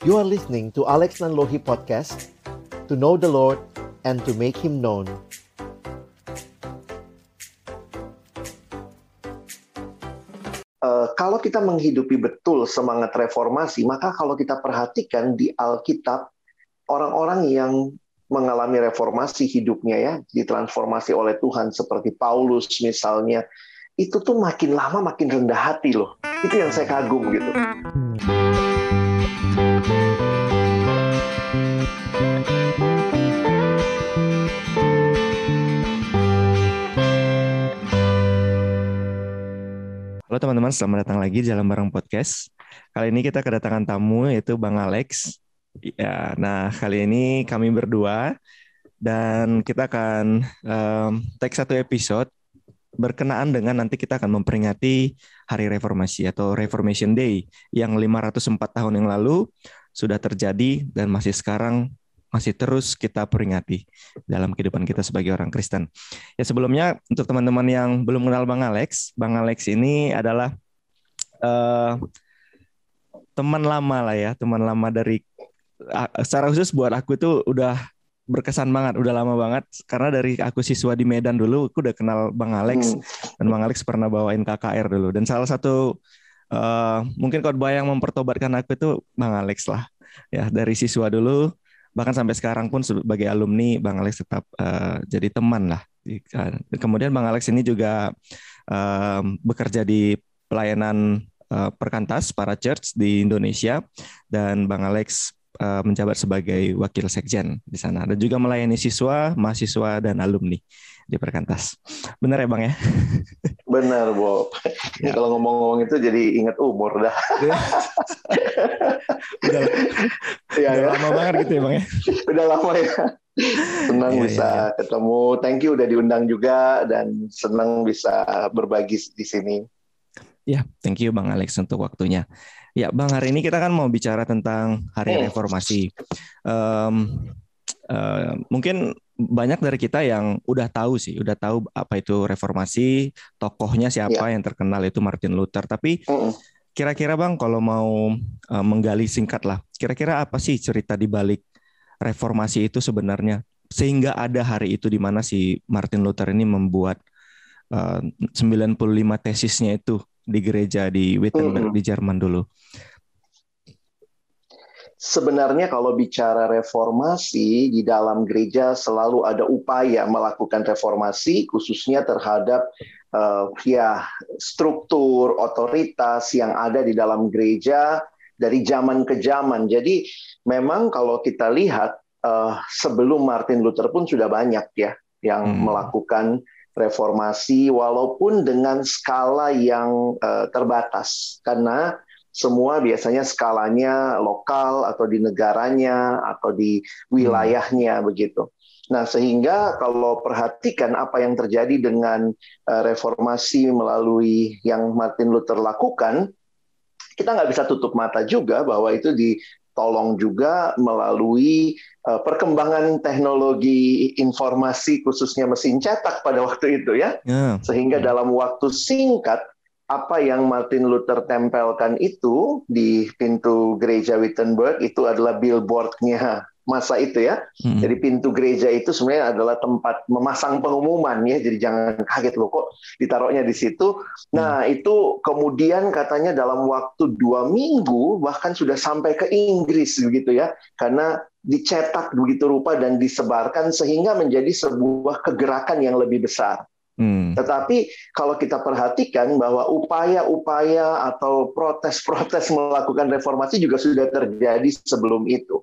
You are listening to Alex Nanlohi Podcast, to know the Lord and to make Him known. Kalau kita menghidupi betul semangat reformasi, maka kalau kita perhatikan di Alkitab, orang-orang yang mengalami reformasi hidupnya ya, ditransformasi oleh Tuhan seperti Paulus misalnya, itu tuh makin lama makin rendah hati loh. Itu yang saya kagum gitu. Halo teman-teman, selamat datang lagi di Jalan Bareng Podcast. Kali ini kita kedatangan tamu yaitu Bang Alex. Ya, nah kali ini kami berdua dan kita akan take satu episode berkenaan dengan nanti kita akan memperingati Hari Reformasi atau Reformation Day yang 504 tahun yang lalu sudah terjadi dan masih terus kita peringati dalam kehidupan kita sebagai orang Kristen. Ya sebelumnya untuk teman-teman yang belum kenal Bang Alex ini adalah teman lama lah ya, teman lama dari secara khusus buat aku itu udah berkesan banget, udah lama banget karena dari aku siswa di Medan dulu aku udah kenal Bang Alex dan Bang Alex pernah bawain KKR dulu dan salah satu mungkin khotbah yang mempertobatkan aku itu Bang Alex lah. Ya dari siswa dulu bahkan sampai sekarang pun sebagai alumni Bang Alex tetap jadi teman lah. Kemudian Bang Alex ini juga bekerja di pelayanan perkantas para church di Indonesia dan Bang Alex menjabat sebagai wakil sekjen di sana dan juga melayani siswa, mahasiswa dan alumni di perkantas. Benar ya Bang ya? Benar Bob. Ya. Kalau ngomong-ngomong itu jadi ingat umur dah. udah lama banget gitu ya Bang ya? Udah lama ya. Senang bisa ketemu. Thank you udah diundang juga dan senang bisa berbagi di sini. Ya, thank you Bang Alex untuk waktunya. Ya Bang, hari ini kita kan mau bicara tentang Hari Reformasi. Mungkin banyak dari kita yang udah tahu apa itu reformasi, tokohnya siapa yang terkenal itu Martin Luther. Tapi kira-kira Bang kalau mau menggali singkat lah, kira-kira apa sih cerita di balik reformasi itu sebenarnya sehingga ada hari itu di mana si Martin Luther ini membuat 95 tesisnya itu di gereja di Wittenberg di Jerman dulu. Sebenarnya kalau bicara reformasi di dalam gereja selalu ada upaya melakukan reformasi khususnya terhadap struktur otoritas yang ada di dalam gereja dari zaman ke zaman. Jadi memang kalau kita lihat sebelum Martin Luther pun sudah banyak ya yang melakukan reformasi walaupun dengan skala yang terbatas karena semua biasanya skalanya lokal atau di negaranya atau di wilayahnya begitu. Nah sehingga kalau perhatikan apa yang terjadi dengan reformasi melalui yang Martin Luther lakukan, kita nggak bisa tutup mata juga bahwa itu ditolong juga melalui perkembangan teknologi informasi khususnya mesin cetak pada waktu itu ya. Sehingga dalam waktu singkat apa yang Martin Luther tempelkan itu di pintu gereja Wittenberg itu adalah billboard-nya masa itu ya. Jadi pintu gereja itu sebenarnya adalah tempat memasang pengumuman ya. Jadi jangan kaget loh kok ditaruhnya di situ. Nah itu kemudian katanya dalam waktu 2 minggu bahkan sudah sampai ke Inggris begitu ya. Karena dicetak begitu rupa dan disebarkan sehingga menjadi sebuah kegerakan yang lebih besar. Tetapi kalau kita perhatikan bahwa upaya-upaya atau protes-protes melakukan reformasi juga sudah terjadi sebelum itu.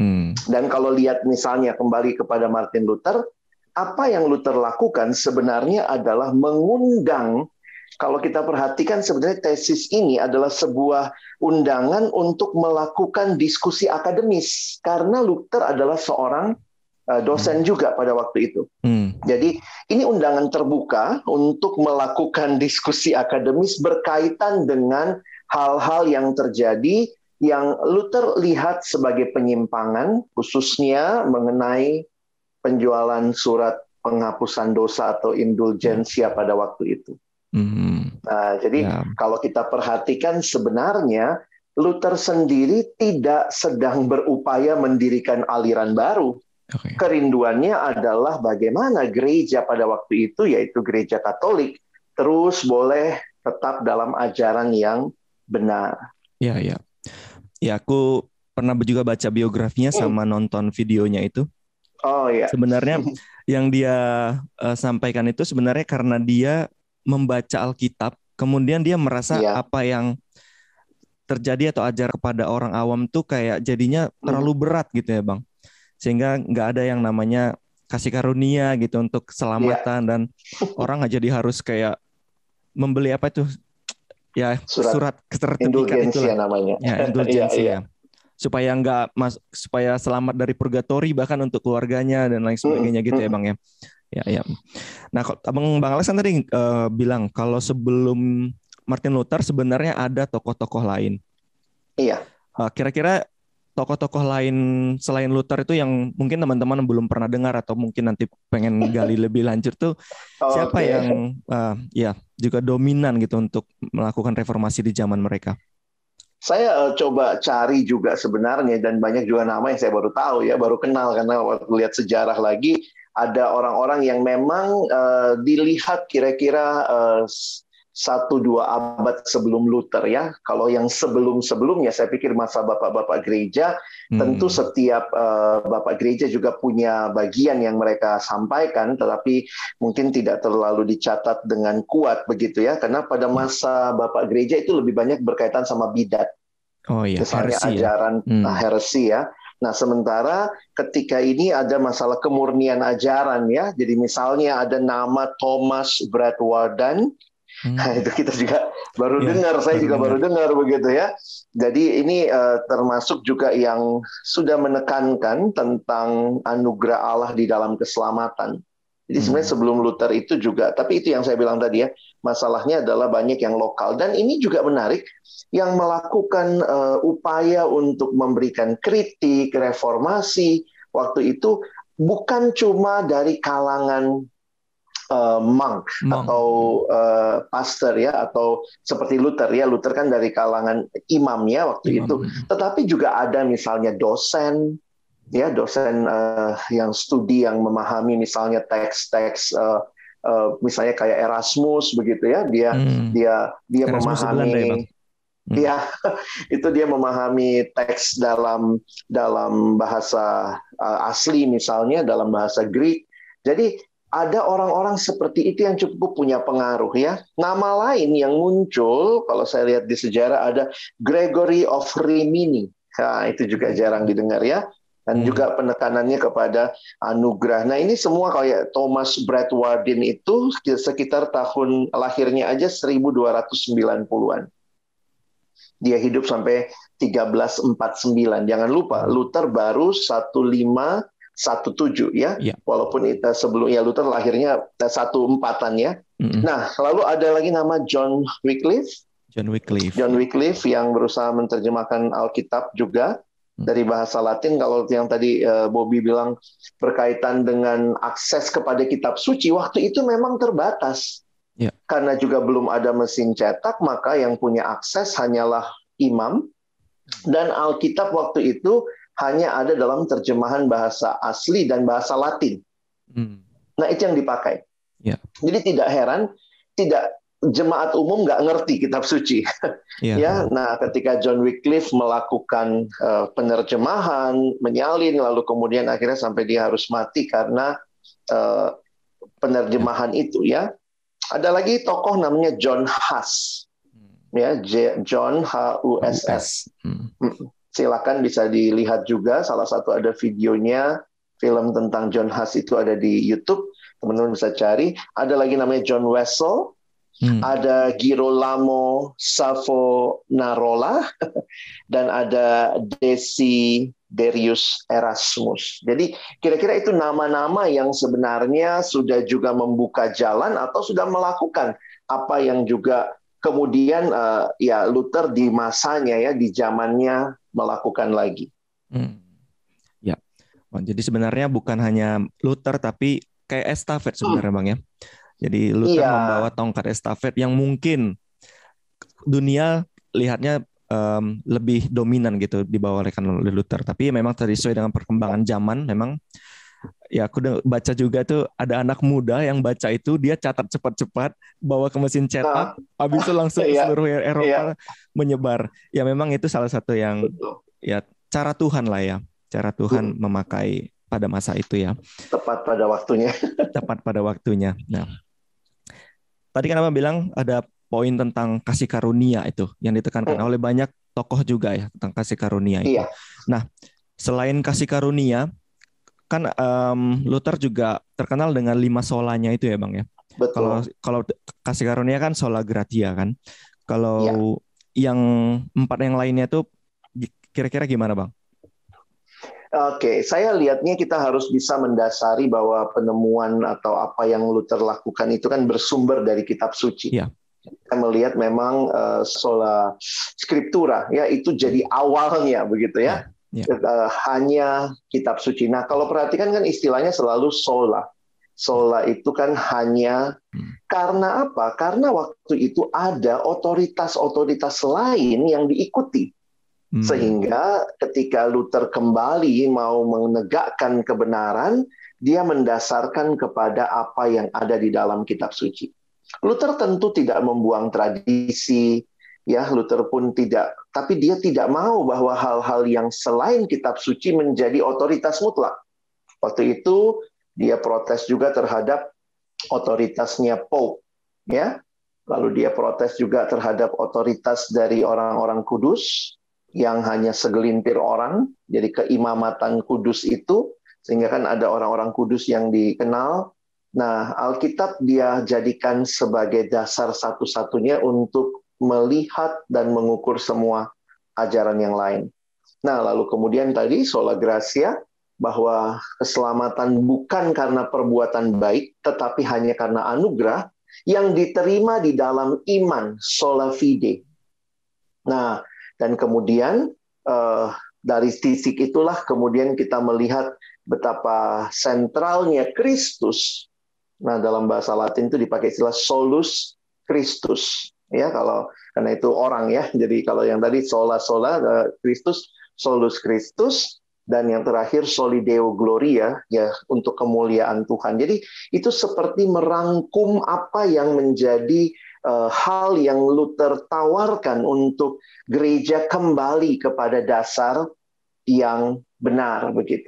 Dan kalau lihat misalnya kembali kepada Martin Luther, apa yang Luther lakukan sebenarnya adalah mengundang, kalau kita perhatikan sebenarnya tesis ini adalah sebuah undangan untuk melakukan diskusi akademis. Karena Luther adalah seorang dosen juga pada waktu itu. Jadi ini undangan terbuka untuk melakukan diskusi akademis berkaitan dengan hal-hal yang terjadi yang Luther lihat sebagai penyimpangan, khususnya mengenai penjualan surat penghapusan dosa atau indulgensia pada waktu itu. Nah, jadi kalau kita perhatikan sebenarnya Luther sendiri tidak sedang berupaya mendirikan aliran baru. Oke. Kerinduannya adalah bagaimana gereja pada waktu itu, yaitu gereja Katolik, terus boleh tetap dalam ajaran yang benar. Ya, ya. Ya, aku pernah juga baca biografinya sama nonton videonya itu. Oh ya. Sebenarnya yang dia sampaikan itu sebenarnya karena dia membaca Alkitab, kemudian dia merasa Iya. apa yang terjadi atau ajar kepada orang awam tuh kayak jadinya terlalu berat gitu ya Bang. Sehingga nggak ada yang namanya kasih karunia gitu untuk keselamatan dan orang nggak jadi harus kayak membeli apa itu ya surat sertifikat indulgensi itulah namanya. ya indulgensi Iya, iya. ya supaya supaya selamat dari purgatori bahkan untuk keluarganya dan lain sebagainya gitu ya Bang ya. Ya. Nah, Bang Alex kan tadi bilang kalau sebelum Martin Luther sebenarnya ada tokoh-tokoh lain. Iya. Kira-kira tokoh-tokoh lain selain Luther itu yang mungkin teman-teman belum pernah dengar atau mungkin nanti pengen gali lebih lanjut tuh siapa yang ya juga dominan gitu untuk melakukan reformasi di zaman mereka? Saya coba cari juga sebenarnya dan banyak juga nama yang saya baru tahu ya, baru kenal karena waktu lihat sejarah lagi ada orang-orang yang memang dilihat kira-kira 1-2 abad sebelum Luther ya. Kalau yang sebelum-sebelumnya saya pikir masa bapak-bapak gereja, tentu setiap bapak gereja juga punya bagian yang mereka sampaikan, tetapi mungkin tidak terlalu dicatat dengan kuat begitu ya, karena pada masa bapak gereja itu lebih banyak berkaitan sama bidat. Oh iya, Misalnya heresi ajaran heresi ya. Nah, sementara ketika ini ada masalah kemurnian ajaran ya. Jadi misalnya ada nama Thomas Bradwarden. Nah, itu kita juga baru dengar, saya juga baru dengar begitu ya. Jadi ini termasuk juga yang sudah menekankan tentang anugerah Allah di dalam keselamatan. Jadi sebenarnya sebelum Luther itu juga, tapi itu yang saya bilang tadi ya, masalahnya adalah banyak yang lokal. Dan ini juga menarik, yang melakukan upaya untuk memberikan kritik, reformasi, waktu itu bukan cuma dari kalangan monk atau pastor ya, atau seperti Luther ya. Luther kan dari kalangan imam ya waktu itu. Tetapi juga ada misalnya dosen ya, dosen yang studi yang memahami misalnya teks-teks misalnya kayak Erasmus begitu ya. Dia Erasmus memahami Belanda, ya, Bang? Ya, itu dia memahami teks dalam bahasa asli misalnya dalam bahasa Greek. Jadi ada orang-orang seperti itu yang cukup punya pengaruh ya. Nama lain yang muncul kalau saya lihat di sejarah ada Gregory of Rimini. Nah, itu juga jarang didengar ya. Dan juga penekanannya kepada anugerah. Nah, ini semua kayak Thomas Bradwarden itu sekitar tahun lahirnya aja 1290-an. Dia hidup sampai 1349. Jangan lupa, Luther baru 1517 ya. Walaupun itu sebelumnya Luther lahirnya 1400-an ya. Nah, lalu ada lagi nama John Wycliffe. John Wycliffe yang berusaha menerjemahkan Alkitab juga dari bahasa Latin. Kalau yang tadi Bobby bilang berkaitan dengan akses kepada kitab suci, waktu itu memang terbatas. Karena juga belum ada mesin cetak, maka yang punya akses hanyalah imam, dan Alkitab waktu itu hanya ada dalam terjemahan bahasa asli dan bahasa Latin. Nah, itu yang dipakai. Jadi tidak heran, jemaat umum nggak ngerti kitab suci. Ya, nah ketika John Wycliffe melakukan penerjemahan, menyalin, lalu kemudian akhirnya sampai dia harus mati karena penerjemahan itu ya. Ada lagi tokoh namanya John Huss, ya, John Huss. Silakan bisa dilihat juga, salah satu ada videonya, film tentang John Huss itu ada di YouTube, teman-teman bisa cari. Ada lagi namanya John Wesley, ada Girolamo Savonarola, dan ada Desiderius Erasmus. Jadi kira-kira itu nama-nama yang sebenarnya sudah juga membuka jalan atau sudah melakukan apa yang juga kemudian ya Luther di masanya ya, di zamannya melakukan lagi. Ya, jadi sebenarnya bukan hanya Luther tapi kayak estafet sebenarnya Bang ya. Jadi Luther membawa tongkat estafet yang mungkin dunia lihatnya lebih dominan gitu dibawakan oleh Luther. Tapi memang sesuai dengan perkembangan zaman, memang ya aku udah baca juga tuh ada anak muda yang baca itu dia catat cepat-cepat, bawa ke mesin cetak, habis itu langsung ke Iya, seluruh iya, Eropa menyebar. Ya memang itu salah satu yang betul. ya cara Tuhan lah ya, cara Tuhan memakai pada masa itu ya. Tepat pada waktunya. Tepat pada waktunya. Nah, tadi kan Abang bilang ada poin tentang kasih karunia itu yang ditekankan oleh banyak tokoh juga ya tentang kasih karunia itu. Iya. Nah, selain kasih karunia, kan Luther juga terkenal dengan 5 solanya itu ya Bang ya. Betul. Kalau kasih karunia kan sola gratia kan. Kalau Iya. yang 4 yang lainnya tuh kira-kira gimana Bang? Oke, saya lihatnya kita harus bisa mendasari bahwa penemuan atau apa yang Luther lakukan itu kan bersumber dari kitab suci. Iya. Kita melihat memang sola scriptura ya itu jadi awalnya begitu ya. Hanya kitab suci. Nah, kalau perhatikan kan istilahnya selalu sola. Sola itu kan hanya karena apa? Karena waktu itu ada otoritas-otoritas lain yang diikuti. Sehingga ketika Luther kembali mau menegakkan kebenaran, dia mendasarkan kepada apa yang ada di dalam kitab suci. Luther tentu tidak membuang tradisi, ya Luther pun tidak, tapi dia tidak mau bahwa hal-hal yang selain kitab suci menjadi otoritas mutlak. Waktu itu dia protes juga terhadap otoritasnya Pope, ya. Lalu dia protes juga terhadap otoritas dari orang-orang kudus yang hanya segelintir orang, jadi keimamatan kudus itu, sehingga kan ada orang-orang kudus yang dikenal. Nah, Alkitab dia jadikan sebagai dasar satu-satunya untuk melihat dan mengukur semua ajaran yang lain. Nah, lalu kemudian tadi sola gratia, bahwa keselamatan bukan karena perbuatan baik, tetapi hanya karena anugerah yang diterima di dalam iman, sola fide. Nah, dan kemudian dari titik itulah kemudian kita melihat betapa sentralnya Kristus. Nah, dalam bahasa Latin itu dipakai istilah solus Christus. Ya, karena itu orang ya. Jadi kalau yang tadi sola Christus, solus Christus, dan yang terakhir soli Deo Gloria ya untuk kemuliaan Tuhan. Jadi itu seperti merangkum apa yang menjadi hal yang Luther tawarkan untuk gereja kembali kepada dasar yang benar begitu.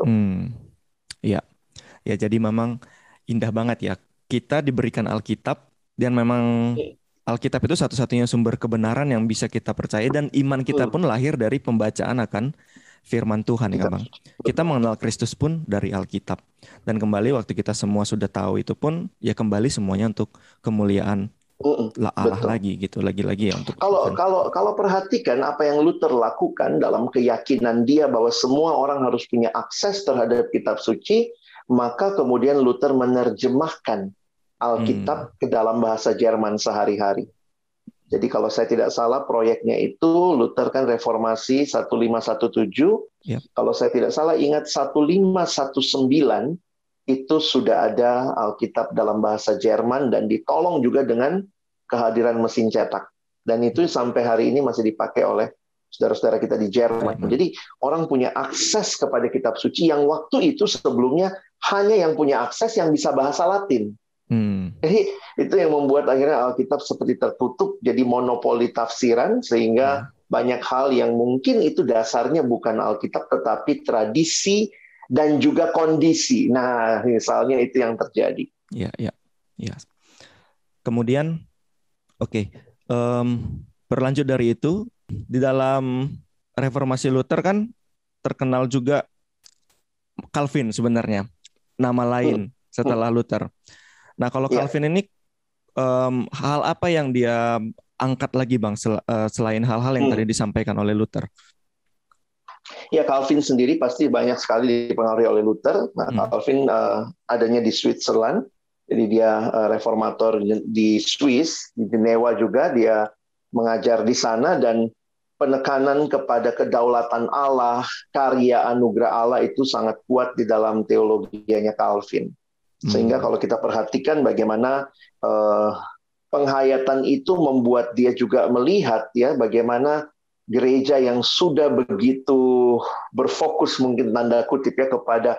Ya, ya jadi memang indah banget ya. Kita diberikan Alkitab dan memang Alkitab itu satu-satunya sumber kebenaran yang bisa kita percaya dan iman kita pun lahir dari pembacaan akan firman Tuhan ya Bang. Kita mengenal Kristus pun dari Alkitab. Dan kembali waktu kita semua sudah tahu itu pun ya kembali semuanya untuk kemuliaan Allah lagi gitu, lagi-lagi ya untuk kalau perhatikan apa yang Luther lakukan dalam keyakinan dia bahwa semua orang harus punya akses terhadap kitab suci, maka kemudian Luther menerjemahkan Alkitab ke dalam bahasa Jerman sehari-hari. Jadi kalau saya tidak salah proyeknya itu Luther kan reformasi 1517. Kalau saya tidak salah ingat 1519 itu sudah ada Alkitab dalam bahasa Jerman dan ditolong juga dengan kehadiran mesin cetak. Dan itu sampai hari ini masih dipakai oleh saudara-saudara kita di Jerman. Jadi orang punya akses kepada kitab suci yang waktu itu sebelumnya hanya yang punya akses yang bisa bahasa Latin. Jadi itu yang membuat akhirnya Alkitab seperti tertutup, jadi monopoli tafsiran, sehingga banyak hal yang mungkin itu dasarnya bukan Alkitab tetapi tradisi dan juga kondisi. Nah, misalnya itu yang terjadi. Ya. Kemudian, berlanjut dari itu, di dalam reformasi Luther kan terkenal juga Calvin sebenarnya, nama lain setelah Luther. Nah, kalau Calvin ini hal apa yang dia angkat lagi Bang selain hal-hal yang tadi disampaikan oleh Luther? Ya, Calvin sendiri pasti banyak sekali dipengaruhi oleh Luther. Nah, Calvin adanya di Switzerland, jadi dia reformator di Swiss, di Jenewa juga dia mengajar di sana, dan penekanan kepada kedaulatan Allah, karya anugerah Allah itu sangat kuat di dalam teologianya Calvin. Sehingga kalau kita perhatikan bagaimana penghayatan itu membuat dia juga melihat ya bagaimana gereja yang sudah begitu berfokus mungkin tanda kutip ya kepada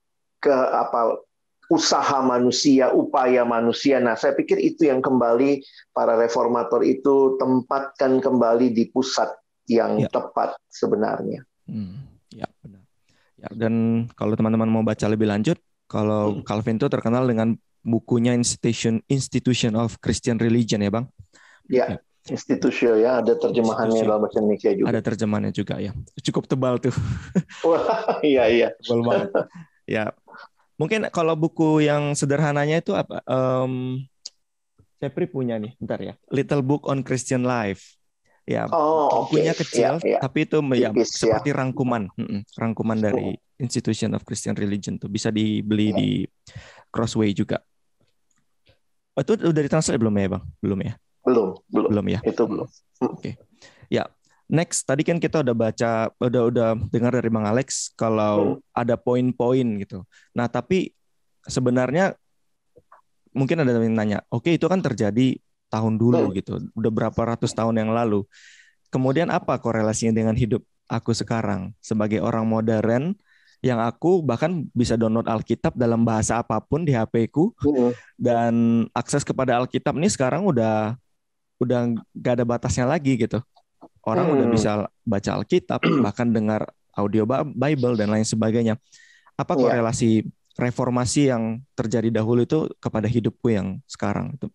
usaha manusia, upaya manusia. Nah, saya pikir itu yang kembali para reformator itu tempatkan kembali di pusat yang tepat sebenarnya. Ya, benar. Ya, dan kalau teman-teman mau baca lebih lanjut, kalau Calvin itu terkenal dengan bukunya Institution of Christian Religion ya, Bang? Ya, Institution ya, ada terjemahannya dalam bahasa Indonesia juga. Ada terjemahannya juga ya. Cukup tebal tuh. Wah, iya. Tebal banget. Ya. Mungkin kalau buku yang sederhananya itu apa? Saya punya nih, bentar ya. Little Book on Christian Life. Ya, bukunya kecil, tapi itu tipis, seperti rangkuman dari Institution of Christian Religion tuh bisa dibeli di Crossway juga. Oh, itu udah ditranslate belum ya, Bang? Belum ya? Belum ya. Itu belum. Oke. Ya. Next, tadi kan kita udah baca, udah dengar dari Bang Alex kalau ada poin-poin gitu. Nah, tapi sebenarnya mungkin ada yang nanya, oke, itu kan terjadi tahun dulu gitu, udah berapa ratus tahun yang lalu. Kemudian apa korelasinya dengan hidup aku sekarang sebagai orang modern yang aku bahkan bisa download Alkitab dalam bahasa apapun di HP-ku dan akses kepada Alkitab ini sekarang udah gak ada batasnya lagi gitu. Orang udah bisa baca Alkitab, bahkan dengar audio Bible dan lain sebagainya. Apa korelasi reformasi yang terjadi dahulu itu kepada hidupku yang sekarang itu?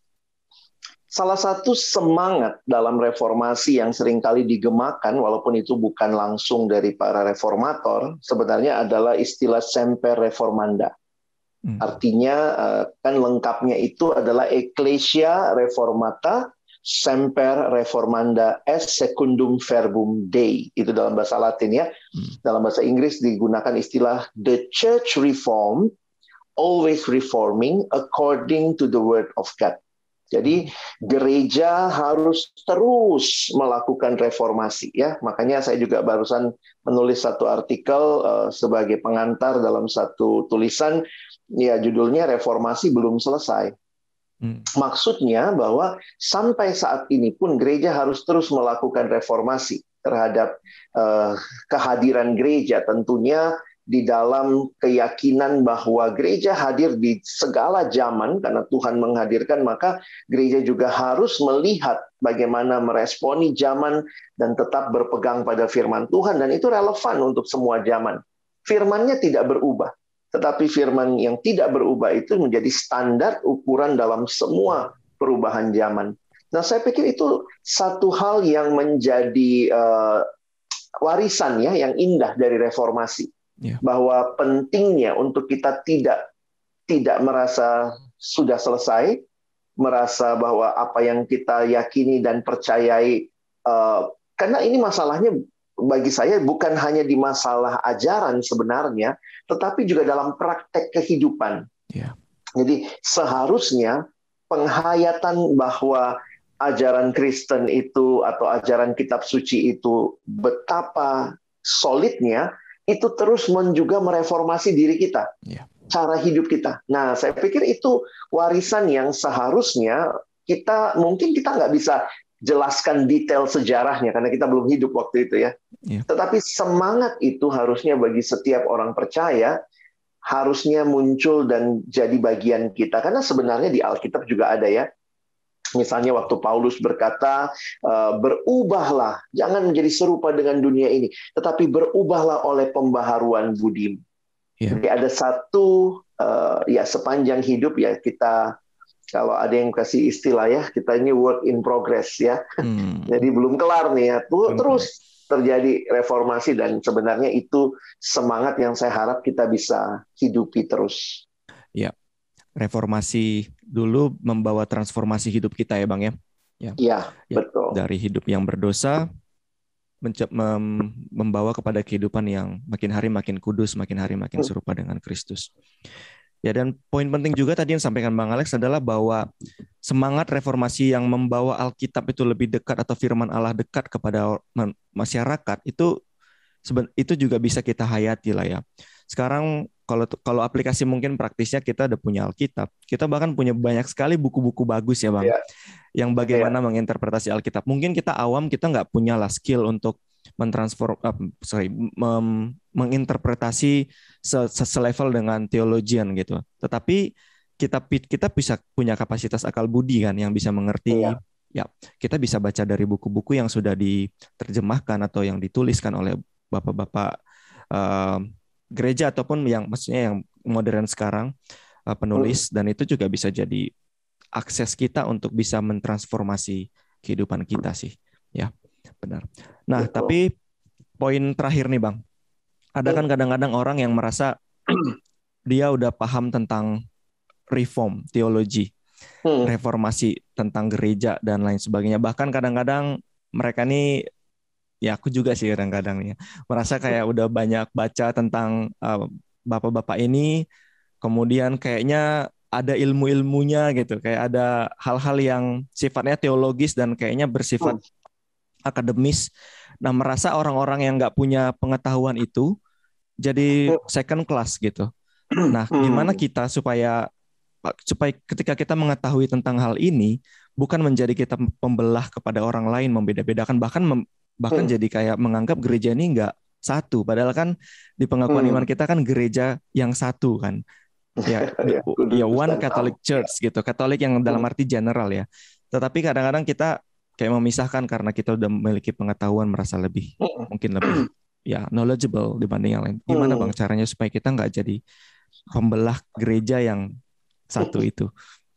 Salah satu semangat dalam reformasi yang seringkali digemakan, walaupun itu bukan langsung dari para reformator, sebenarnya adalah istilah semper reformanda. Artinya kan lengkapnya itu adalah Ecclesia Reformata Semper Reformanda es secundum verbum Dei. Itu dalam bahasa Latin ya. Dalam bahasa Inggris digunakan istilah The Church Reformed, always reforming according to the word of God. Jadi gereja harus terus melakukan reformasi ya. Makanya saya juga barusan menulis satu artikel sebagai pengantar dalam satu tulisan ya, judulnya Reformasi Belum Selesai. Maksudnya bahwa sampai saat ini pun gereja harus terus melakukan reformasi terhadap kehadiran gereja, tentunya di dalam keyakinan bahwa gereja hadir di segala zaman karena Tuhan menghadirkan, maka gereja juga harus melihat bagaimana meresponi zaman dan tetap berpegang pada firman Tuhan, dan itu relevan untuk semua zaman. Firman-Nya tidak berubah, tetapi firman yang tidak berubah itu menjadi standar ukuran dalam semua perubahan zaman. Nah, saya pikir itu satu hal yang menjadi warisan ya, yang indah dari reformasi. Bahwa pentingnya untuk kita tidak merasa sudah selesai, merasa bahwa apa yang kita yakini dan percayai, karena ini masalahnya bagi saya bukan hanya di masalah ajaran sebenarnya, tetapi juga dalam praktek kehidupan. Jadi seharusnya penghayatan bahwa ajaran Kristen itu atau ajaran kitab suci itu betapa solidnya, itu terus juga mereformasi diri kita, cara hidup kita. Nah, saya pikir itu warisan yang seharusnya mungkin kita nggak bisa jelaskan detail sejarahnya karena kita belum hidup waktu itu ya. Tetapi semangat itu harusnya bagi setiap orang percaya harusnya muncul dan jadi bagian kita. Karena sebenarnya di Alkitab juga ada ya. Misalnya waktu Paulus berkata, berubahlah, jangan menjadi serupa dengan dunia ini, tetapi berubahlah oleh pembaharuan budimu. Jadi ada satu, ya sepanjang hidup ya kita, kalau ada yang kasih istilah ya, kita ini work in progress ya. Jadi belum kelar nih ya, terus terjadi reformasi, dan sebenarnya itu semangat yang saya harap kita bisa hidupi terus. Ya. Reformasi dulu membawa transformasi hidup kita ya Bang ya. Iya, betul. Dari hidup yang berdosa membawa kepada kehidupan yang makin hari makin kudus, makin hari makin serupa dengan Kristus. Ya, dan poin penting juga tadi yang sampaikan Bang Alex adalah bahwa semangat reformasi yang membawa Alkitab itu lebih dekat atau firman Allah dekat kepada masyarakat itu juga bisa kita hayati lah ya. Sekarang kalau aplikasi mungkin praktisnya kita udah punya Alkitab. Kita bahkan punya banyak sekali buku-buku bagus ya Bang. Iya, Yang bagaimana menginterpretasi Alkitab. Mungkin kita awam, kita nggak punya lah skill untuk menginterpretasi selevel dengan theologian gitu. Tetapi kita bisa punya kapasitas akal budi kan yang bisa mengerti. iya. Ya, kita bisa baca dari buku-buku yang sudah diterjemahkan atau yang dituliskan oleh bapak-bapak gereja ataupun yang maksudnya yang modern sekarang penulis, dan itu juga bisa jadi akses kita untuk bisa mentransformasi kehidupan kita sih. Ya, benar. Nah, tapi poin terakhir nih Bang. Ada kan kadang-kadang orang yang merasa dia udah paham tentang reform, teologi, reformasi tentang gereja dan lain sebagainya. Bahkan kadang-kadang mereka nih, ya aku juga sih kadang-kadang ya, merasa kayak udah banyak baca tentang bapak-bapak ini, kemudian kayaknya ada ilmu-ilmunya gitu, kayak ada hal-hal yang sifatnya teologis dan kayaknya bersifat akademis. Nah, merasa orang-orang yang nggak punya pengetahuan itu jadi second class gitu. Nah, gimana kita supaya ketika kita mengetahui tentang hal ini bukan menjadi kita pembelah kepada orang lain, membeda-bedakan, bahkan jadi kayak menganggap gereja ini nggak satu, padahal kan di pengakuan iman kita kan gereja yang satu kan. Ya, ya one Catholic Church gitu, Katolik yang dalam arti general ya. Tetapi kadang-kadang kita kayak memisahkan karena kita udah memiliki pengetahuan, merasa mungkin lebih ya knowledgeable dibanding yang lain. Gimana Bang caranya supaya kita nggak jadi pembelah gereja yang satu itu?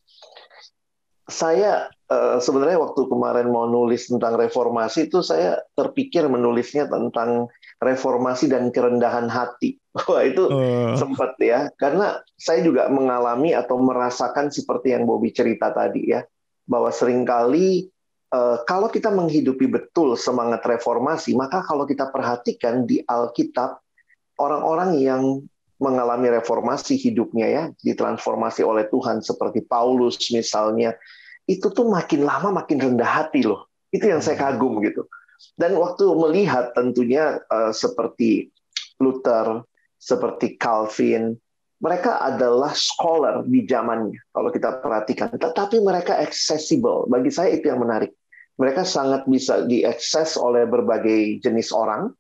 Saya sebenarnya waktu kemarin mau nulis tentang reformasi itu saya terpikir menulisnya tentang reformasi dan kerendahan hati. Wah, itu sempat ya, karena saya juga mengalami atau merasakan seperti yang Bobby cerita tadi ya, bahwa seringkali kalau kita menghidupi betul semangat reformasi, maka kalau kita perhatikan di Alkitab, orang-orang yang mengalami reformasi hidupnya ya, ditransformasi oleh Tuhan seperti Paulus misalnya, itu tuh makin lama makin rendah hati loh. Itu yang saya kagum gitu. Dan waktu melihat tentunya seperti Luther, seperti Calvin, mereka adalah scholar di zamannya kalau kita perhatikan. Tetapi mereka accessible. Bagi saya itu yang menarik. Mereka sangat bisa diakses oleh berbagai jenis orang.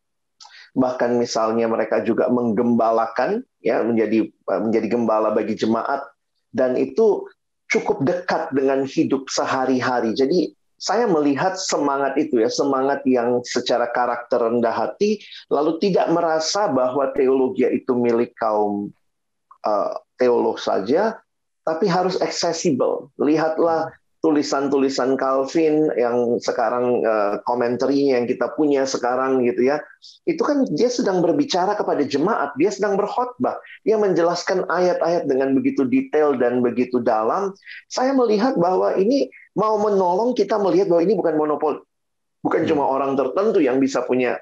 Bahkan misalnya mereka juga menggembalakan, ya, menjadi gembala bagi jemaat, dan itu cukup dekat dengan hidup sehari-hari. Jadi saya melihat semangat itu ya, semangat yang secara karakter rendah hati, lalu tidak merasa bahwa teologi itu milik kaum teolog saja, tapi harus accessible. Lihatlah tulisan-tulisan Calvin yang sekarang komentarnya yang kita punya sekarang gitu ya. Itu kan dia sedang berbicara kepada jemaat, dia sedang berkhotbah, dia menjelaskan ayat-ayat dengan begitu detail dan begitu dalam. Saya melihat bahwa ini mau menolong kita melihat bahwa ini bukan monopoli. Bukan cuma orang tertentu yang bisa punya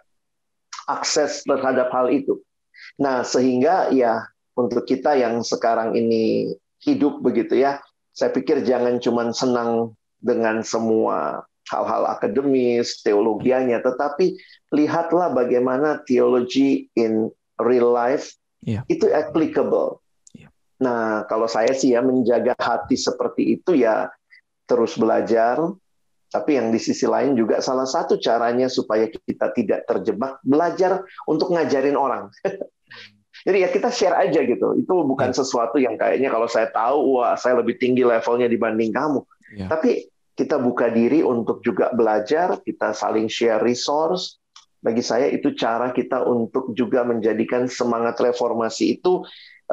akses terhadap hal itu. Nah, sehingga ya untuk kita yang sekarang ini hidup begitu ya, saya pikir jangan cuma senang dengan semua hal-hal akademis, teologianya, tetapi lihatlah bagaimana teologi in real life itu applicable. Nah, kalau saya sih ya menjaga hati seperti itu ya terus belajar, tapi yang di sisi lain juga salah satu caranya supaya kita tidak terjebak, belajar untuk ngajarin orang. Jadi ya kita share aja gitu. Itu bukan sesuatu yang kayaknya kalau saya tahu, wah saya lebih tinggi levelnya dibanding kamu. Tapi kita buka diri untuk juga belajar, kita saling share resource. Bagi saya itu cara kita untuk juga menjadikan semangat reformasi itu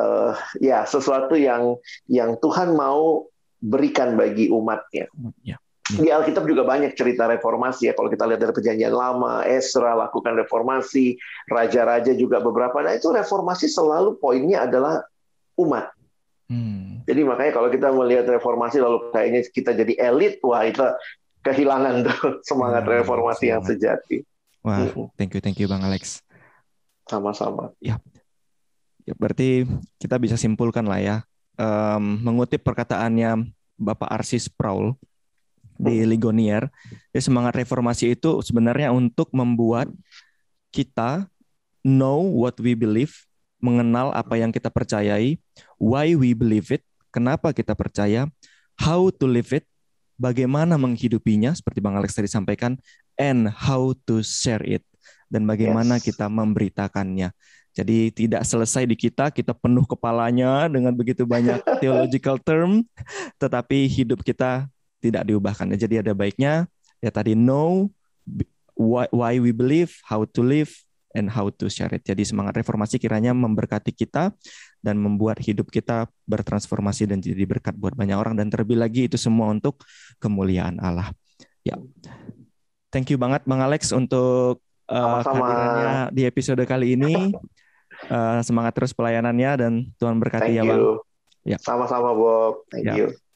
ya sesuatu yang Tuhan mau berikan bagi umatnya. Di Alkitab juga banyak cerita reformasi ya. Kalau kita lihat dari Perjanjian Lama, Esra lakukan reformasi, raja-raja juga beberapa. Nah itu reformasi selalu poinnya adalah umat. Jadi makanya kalau kita melihat reformasi lalu kayaknya kita jadi elit, wah itu kehilangan tuh semangat reformasi yang sejati. Wah, thank you Bang Alex. Sama-sama. Ya, berarti kita bisa simpulkan lah ya, mengutip perkataannya Bapak R.C. Sproul di Ligonier, semangat reformasi itu sebenarnya untuk membuat kita know what we believe mengenal apa yang kita percayai, why we believe it, kenapa kita percaya, how to live it, bagaimana menghidupinya, seperti Bang Alex tadi sampaikan, and how to share it, dan bagaimana kita memberitakannya. Jadi tidak selesai di kita penuh kepalanya dengan begitu banyak theological term, tetapi hidup kita tidak diubahkan. Jadi ada baiknya ya tadi know why we believe, how to live, and how to share it. Jadi semangat reformasi kiranya memberkati kita dan membuat hidup kita bertransformasi dan jadi berkat buat banyak orang, dan terlebih lagi itu semua untuk kemuliaan Allah. Ya, thank you banget Bang Alex untuk kehadirannya di episode kali ini. Semangat terus pelayanannya dan Tuhan berkati ya Bang. Ya. Sama-sama Bob. Thank you.